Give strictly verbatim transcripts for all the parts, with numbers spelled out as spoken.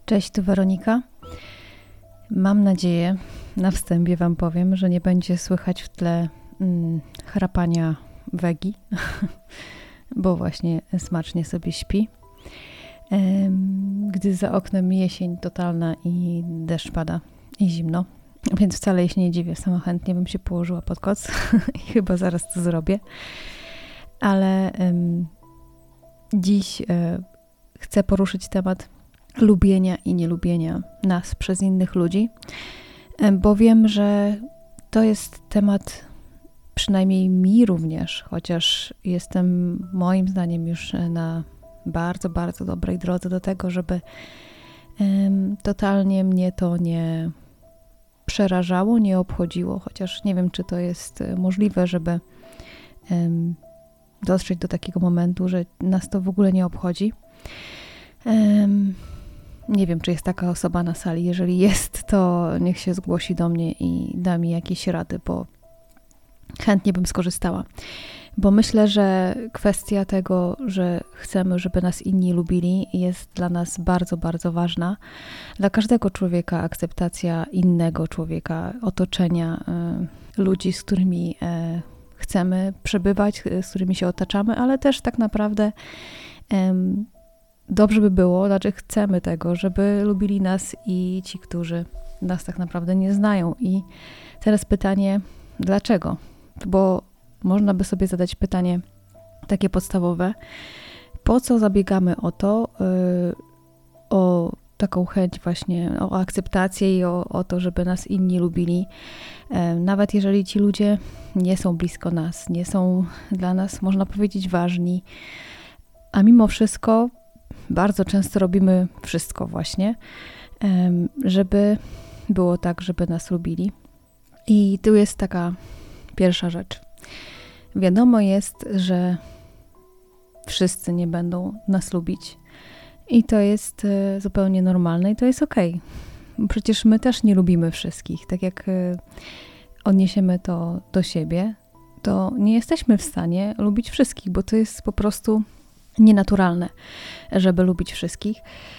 Cześć, tu Weronika. Mam nadzieję, na wstępie Wam powiem, że nie będzie słychać w tle mm, chrapania Wegi, bo właśnie smacznie sobie śpi. Ehm, gdy za oknem jesień totalna i deszcz pada i zimno, więc wcale jej się nie dziwię, sama chętnie bym się położyła pod koc i chyba zaraz to zrobię. Ale em, dziś e, chcę poruszyć temat lubienia i nielubienia nas przez innych ludzi, bo wiem, że to jest temat przynajmniej mi również, chociaż jestem moim zdaniem już na bardzo, bardzo dobrej drodze do tego, żeby um, totalnie mnie to nie przerażało, nie obchodziło, chociaż nie wiem, czy to jest możliwe, żeby um, dotrzeć do takiego momentu, że nas to w ogóle nie obchodzi. Um, Nie wiem, czy jest taka osoba na sali. Jeżeli jest, to niech się zgłosi do mnie i da mi jakieś rady, bo chętnie bym skorzystała. Bo myślę, że kwestia tego, że chcemy, żeby nas inni lubili, jest dla nas bardzo, bardzo ważna. Dla każdego człowieka akceptacja innego człowieka, otoczenia, y, ludzi, z którymi y, chcemy przebywać, y, z którymi się otaczamy, ale też tak naprawdę y, dobrze by było, znaczy chcemy tego, żeby lubili nas i ci, którzy nas tak naprawdę nie znają. I teraz pytanie, dlaczego? Bo można by sobie zadać pytanie takie podstawowe. Po co zabiegamy o to, yy, o taką chęć właśnie, o akceptację i o, o to, żeby nas inni lubili? Yy, nawet jeżeli ci ludzie nie są blisko nas, nie są dla nas, można powiedzieć, ważni, a mimo wszystko bardzo często robimy wszystko właśnie, żeby było tak, żeby nas lubili. I tu jest taka pierwsza rzecz. Wiadomo jest, że wszyscy nie będą nas lubić i to jest zupełnie normalne i to jest okej. Przecież my też nie lubimy wszystkich. Tak jak odniesiemy to do siebie, to nie jesteśmy w stanie lubić wszystkich, bo to jest po prostu nienaturalne, żeby lubić wszystkich.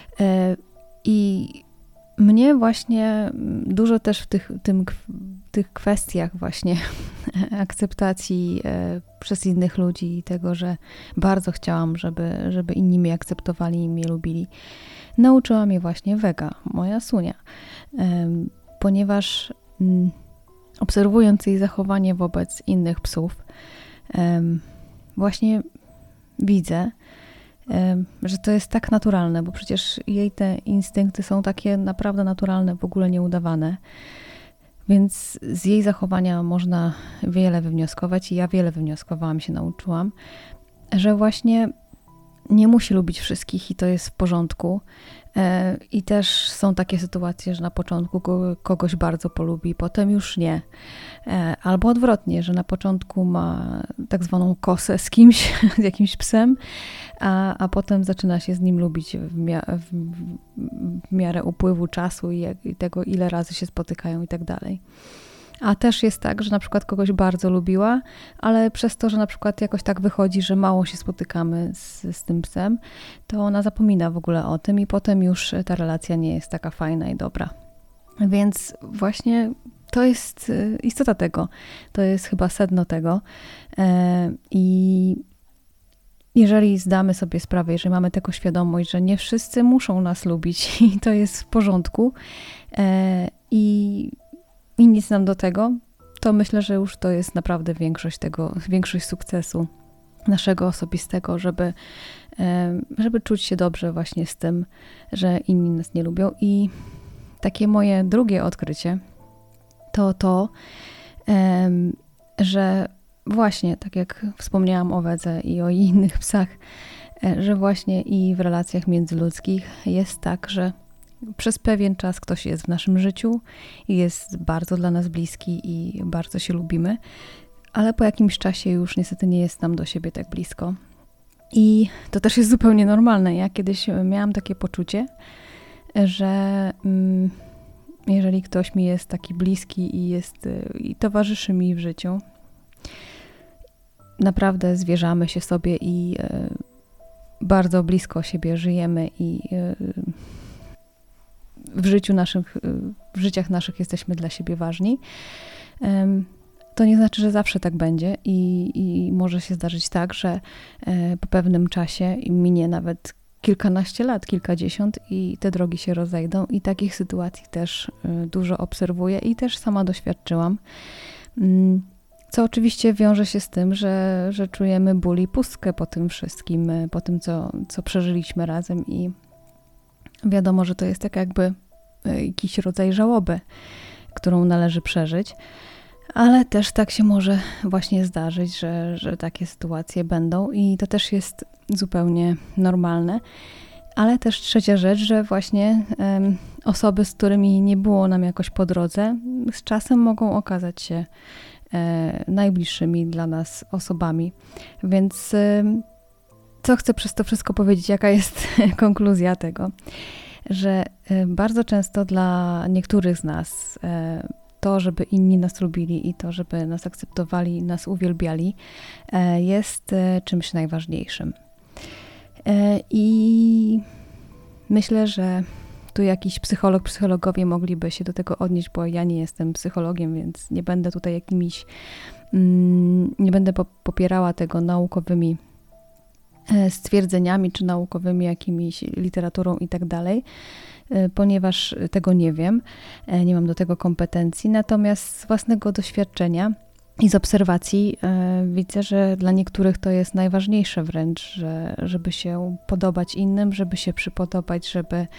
I mnie właśnie dużo też w tych, tym, tych kwestiach właśnie akceptacji przez innych ludzi i tego, że bardzo chciałam, żeby, żeby inni mnie akceptowali i mnie lubili, nauczyła mnie właśnie Wega, moja Sunia. Ponieważ obserwując jej zachowanie wobec innych psów, właśnie widzę, że to jest tak naturalne, bo przecież jej te instynkty są takie naprawdę naturalne, w ogóle nieudawane. Więc z jej zachowania można wiele wywnioskować i ja wiele wywnioskowałam, się nauczyłam, że właśnie nie musi lubić wszystkich i to jest w porządku. I też są takie sytuacje, że na początku kogoś bardzo polubi, potem już nie. Albo odwrotnie, że na początku ma tak zwaną kosę z kimś, z jakimś psem, a, a potem zaczyna się z nim lubić w, mia- w, w miarę upływu czasu i, jak, i tego, ile razy się spotykają i tak dalej. A też jest tak, że na przykład kogoś bardzo lubiła, ale przez to, że na przykład jakoś tak wychodzi, że mało się spotykamy z, z tym psem, to ona zapomina w ogóle o tym i potem już ta relacja nie jest taka fajna i dobra. Więc właśnie to jest istota tego, to jest chyba sedno tego. I jeżeli zdamy sobie sprawę, jeżeli mamy tego świadomość, że nie wszyscy muszą nas lubić i to jest w porządku i I nic nam do tego, to myślę, że już to jest naprawdę większość tego, większość sukcesu naszego osobistego, żeby, żeby czuć się dobrze właśnie z tym, że inni nas nie lubią. I takie moje drugie odkrycie to to, że właśnie, tak jak wspomniałam o Wedze i o innych psach, że właśnie i w relacjach międzyludzkich jest tak, że przez pewien czas ktoś jest w naszym życiu i jest bardzo dla nas bliski i bardzo się lubimy, ale po jakimś czasie już niestety nie jest nam do siebie tak blisko. I to też jest zupełnie normalne. Ja kiedyś miałam takie poczucie, że mm, jeżeli ktoś mi jest taki bliski i jest i towarzyszy mi w życiu, naprawdę zwierzamy się sobie i y, bardzo blisko siebie żyjemy i y, w życiu naszych, w życiach naszych jesteśmy dla siebie ważni. To nie znaczy, że zawsze tak będzie i, i może się zdarzyć tak, że po pewnym czasie minie nawet kilkanaście lat, kilkadziesiąt i te drogi się rozejdą i takich sytuacji też dużo obserwuję i też sama doświadczyłam. Co oczywiście wiąże się z tym, że, że czujemy ból i pustkę po tym wszystkim, po tym, co, co przeżyliśmy razem i wiadomo, że to jest tak jakby jakiś rodzaj żałoby, którą należy przeżyć, ale też tak się może właśnie zdarzyć, że, że takie sytuacje będą i to też jest zupełnie normalne. Ale też trzecia rzecz, że właśnie um, osoby, z którymi nie było nam jakoś po drodze, z czasem mogą okazać się e, najbliższymi dla nas osobami. Więc e, co chcę przez to wszystko powiedzieć, jaka jest konkluzja tego, że e, bardzo często dla niektórych z nas e, to, żeby inni nas lubili i to, żeby nas akceptowali, nas uwielbiali, e, jest e, czymś najważniejszym. I myślę, że tu jakiś psycholog, psychologowie mogliby się do tego odnieść, bo ja nie jestem psychologiem, więc nie będę tutaj jakimiś, nie będę popierała tego naukowymi stwierdzeniami, czy naukowymi jakimiś literaturą i tak dalej, ponieważ tego nie wiem, nie mam do tego kompetencji, natomiast z własnego doświadczenia i z obserwacji y, widzę, że dla niektórych to jest najważniejsze wręcz, że, żeby się podobać innym, żeby się przypodobać, żeby y,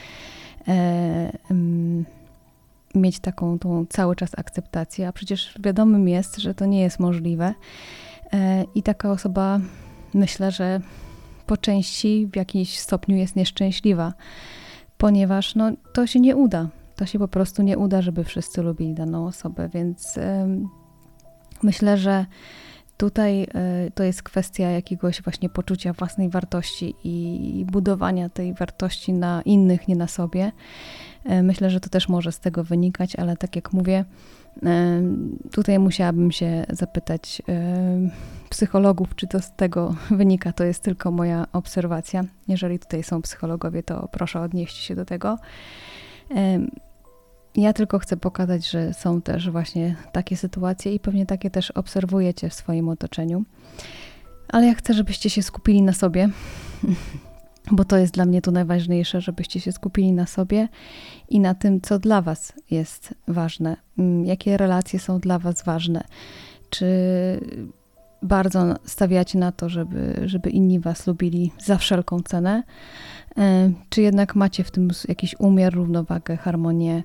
y, mieć taką tą cały czas akceptację, a przecież wiadomym jest, że to nie jest możliwe y, i taka osoba, myślę, że po części w jakimś stopniu jest nieszczęśliwa, ponieważ no, to się nie uda, to się po prostu nie uda, żeby wszyscy lubili daną osobę, więc y, myślę, że tutaj y, to jest kwestia jakiegoś właśnie poczucia własnej wartości i budowania tej wartości na innych, nie na sobie. Y, myślę, że to też może z tego wynikać, ale tak jak mówię, y, tutaj musiałabym się zapytać y, psychologów, czy to z tego wynika. To jest tylko moja obserwacja. Jeżeli tutaj są psychologowie, to proszę odnieść się do tego. Y, Ja tylko chcę pokazać, że są też właśnie takie sytuacje i pewnie takie też obserwujecie w swoim otoczeniu. Ale ja chcę, żebyście się skupili na sobie, bo to jest dla mnie tu najważniejsze, żebyście się skupili na sobie i na tym, co dla was jest ważne. Jakie relacje są dla was ważne. Czy bardzo stawiacie na to, żeby, żeby inni was lubili za wszelką cenę, czy jednak macie w tym jakiś umiar, równowagę, harmonię,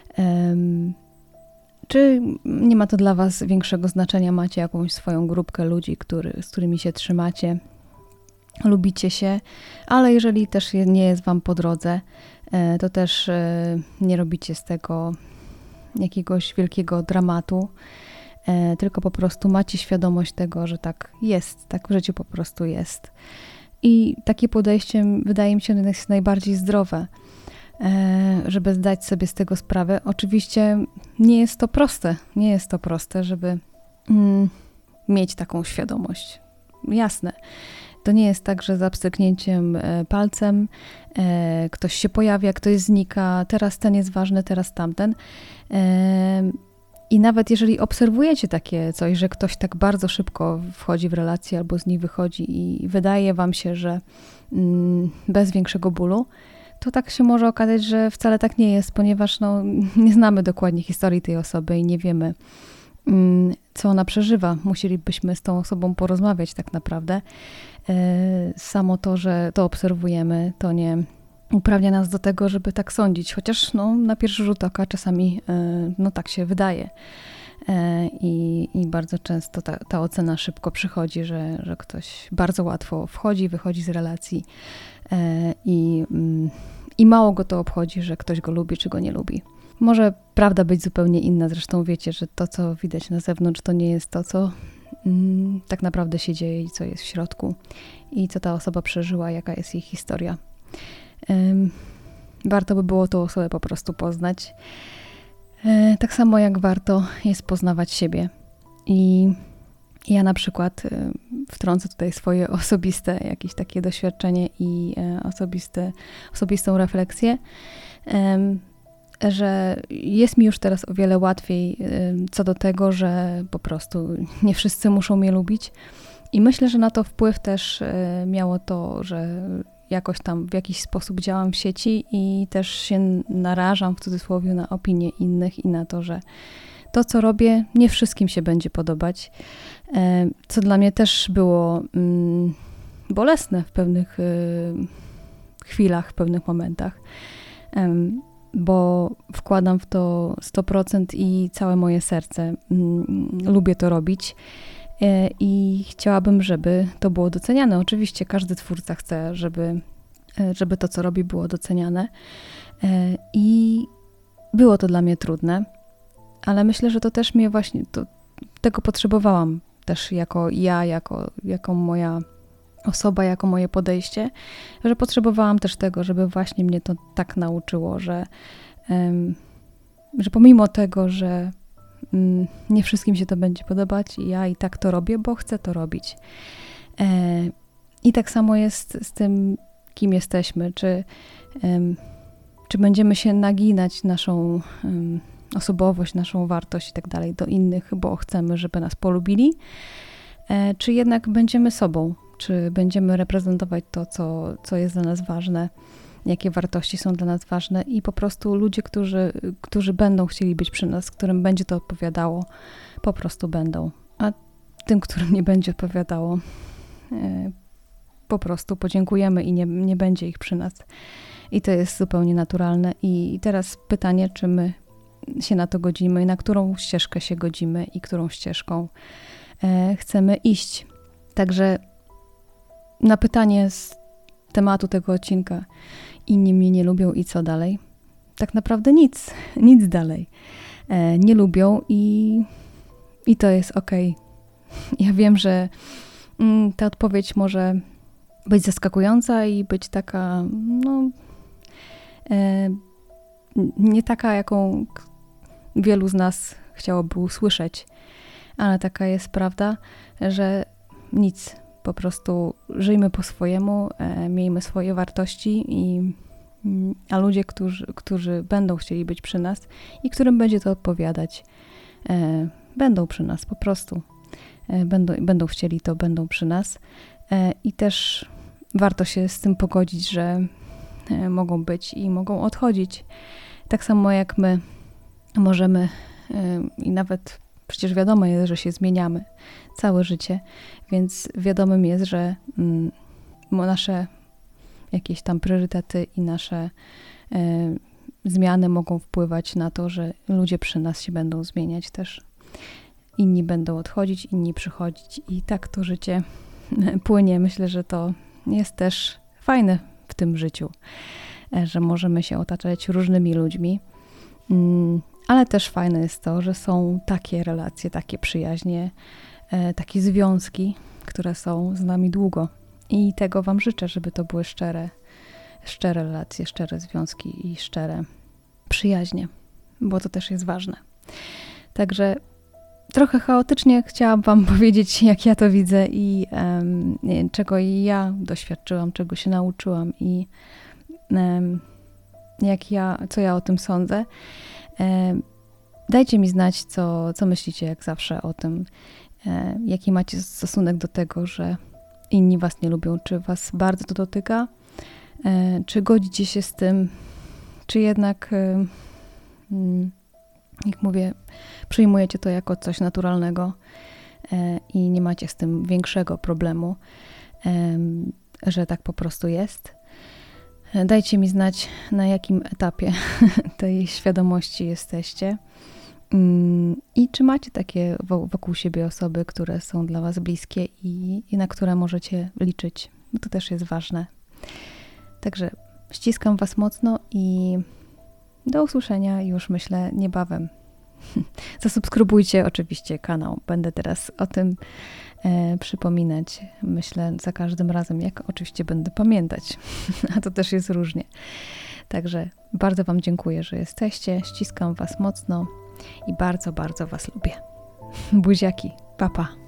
czy nie ma to dla was większego znaczenia, macie jakąś swoją grupkę ludzi, który, z którymi się trzymacie, lubicie się, ale jeżeli też nie jest wam po drodze, to też nie robicie z tego jakiegoś wielkiego dramatu, tylko po prostu macie świadomość tego, że tak jest, tak w życiu po prostu jest. I takie podejście wydaje mi się jest najbardziej zdrowe, żeby zdać sobie z tego sprawę. Oczywiście nie jest to proste, nie jest to proste, żeby mm, mieć taką świadomość. Jasne, to nie jest tak, że za pstryknięciem palcem e, ktoś się pojawia, ktoś znika, teraz ten jest ważny, teraz tamten. E, I nawet jeżeli obserwujecie takie coś, że ktoś tak bardzo szybko wchodzi w relację albo z nich wychodzi i wydaje wam się, że mm, bez większego bólu, to tak się może okazać, że wcale tak nie jest, ponieważ no, nie znamy dokładnie historii tej osoby i nie wiemy, mm, co ona przeżywa. Musielibyśmy z tą osobą porozmawiać tak naprawdę. Samo to, że to obserwujemy, to nie uprawnia nas do tego, żeby tak sądzić, chociaż no, na pierwszy rzut oka czasami no, tak się wydaje. I, i bardzo często ta, ta ocena szybko przychodzi, że, że ktoś bardzo łatwo wchodzi, wychodzi z relacji i, i mało go to obchodzi, że ktoś go lubi, czy go nie lubi. Może prawda być zupełnie inna, zresztą wiecie, że to, co widać na zewnątrz, to nie jest to, co mm, tak naprawdę się dzieje i co jest w środku i co ta osoba przeżyła, jaka jest jej historia. Um, warto by było tą osobę po prostu poznać. E, tak samo jak warto jest poznawać siebie. I ja na przykład e, wtrącę tutaj swoje osobiste jakieś takie doświadczenie i e, osobiste, osobistą refleksję. E, że jest mi już teraz o wiele łatwiej co do tego, że po prostu nie wszyscy muszą mnie lubić. I myślę, że na to wpływ też miało to, że jakoś tam w jakiś sposób działam w sieci i też się narażam w cudzysłowie na opinie innych i na to, że to, co robię, nie wszystkim się będzie podobać, co dla mnie też było bolesne w pewnych chwilach, w pewnych momentach, bo wkładam w to sto procent i całe moje serce. Lubię to robić i chciałabym, żeby to było doceniane. Oczywiście każdy twórca chce, żeby, żeby to, co robi, było doceniane i było to dla mnie trudne, ale myślę, że to też mnie właśnie, to, tego potrzebowałam też jako ja, jako, jako moja osoba, jako moje podejście, że potrzebowałam też tego, żeby właśnie mnie to tak nauczyło, że, um, że pomimo tego, że um, nie wszystkim się to będzie podobać, ja i tak to robię, bo chcę to robić. E, I tak samo jest z tym, kim jesteśmy, czy, um, czy będziemy się naginać naszą um, osobowość, naszą wartość i tak dalej do innych, bo chcemy, żeby nas polubili, e, czy jednak będziemy sobą, czy będziemy reprezentować to, co, co jest dla nas ważne, jakie wartości są dla nas ważne i po prostu ludzie, którzy, którzy będą chcieli być przy nas, którym będzie to odpowiadało, po prostu będą. A tym, którym nie będzie odpowiadało, e, po prostu podziękujemy i nie, nie będzie ich przy nas. I to jest zupełnie naturalne. I teraz pytanie, czy my się na to godzimy i na którą ścieżkę się godzimy i którą ścieżką e, chcemy iść. Także na pytanie z tematu tego odcinka, inni mnie nie lubią i co dalej? Tak naprawdę nic, nic dalej. E, nie lubią i, i to jest okej. Ja wiem, że mm, ta odpowiedź może być zaskakująca i być taka, no, e, nie taka, jaką wielu z nas chciałoby usłyszeć, ale taka jest prawda, że nic. Po prostu żyjmy po swojemu, e, miejmy swoje wartości, i, a ludzie, którzy, którzy będą chcieli być przy nas i którym będzie to odpowiadać, e, będą przy nas po prostu. E, będą, będą chcieli to, będą przy nas. E, I też warto się z tym pogodzić, że e, mogą być i mogą odchodzić. Tak samo jak my możemy e, i nawet przecież wiadomo jest, że się zmieniamy całe życie, więc wiadomym jest, że mm, nasze jakieś tam priorytety i nasze e, zmiany mogą wpływać na to, że ludzie przy nas się będą zmieniać też. Inni będą odchodzić, inni przychodzić i tak to życie płynie. Myślę, że to jest też fajne w tym życiu, e, że możemy się otaczać różnymi ludźmi. Mm, Ale też fajne jest to, że są takie relacje, takie przyjaźnie, e, takie związki, które są z nami długo. I tego wam życzę, żeby to były szczere, szczere relacje, szczere związki i szczere przyjaźnie, bo to też jest ważne. Także trochę chaotycznie chciałam wam powiedzieć, jak ja to widzę i um, czego ja doświadczyłam, czego się nauczyłam i um, jak ja, co ja o tym sądzę. E, dajcie mi znać, co, co myślicie, jak zawsze, o tym, e, jaki macie stosunek do tego, że inni was nie lubią, czy was bardzo to dotyka, e, czy godzicie się z tym, czy jednak, e, jak mówię, przyjmujecie to jako coś naturalnego e, i nie macie z tym większego problemu, e, że tak po prostu jest. Dajcie mi znać, na jakim etapie tej świadomości jesteście i czy macie takie wokół siebie osoby, które są dla was bliskie i, i na które możecie liczyć. Bo to też jest ważne. Także ściskam was mocno i do usłyszenia już, myślę, niebawem. Zasubskrybujcie oczywiście kanał. Będę teraz o tym e, przypominać. Myślę za każdym razem, jak oczywiście będę pamiętać. A to też jest różnie. Także bardzo wam dziękuję, że jesteście. Ściskam was mocno i bardzo, bardzo was lubię. Buziaki. Pa, pa.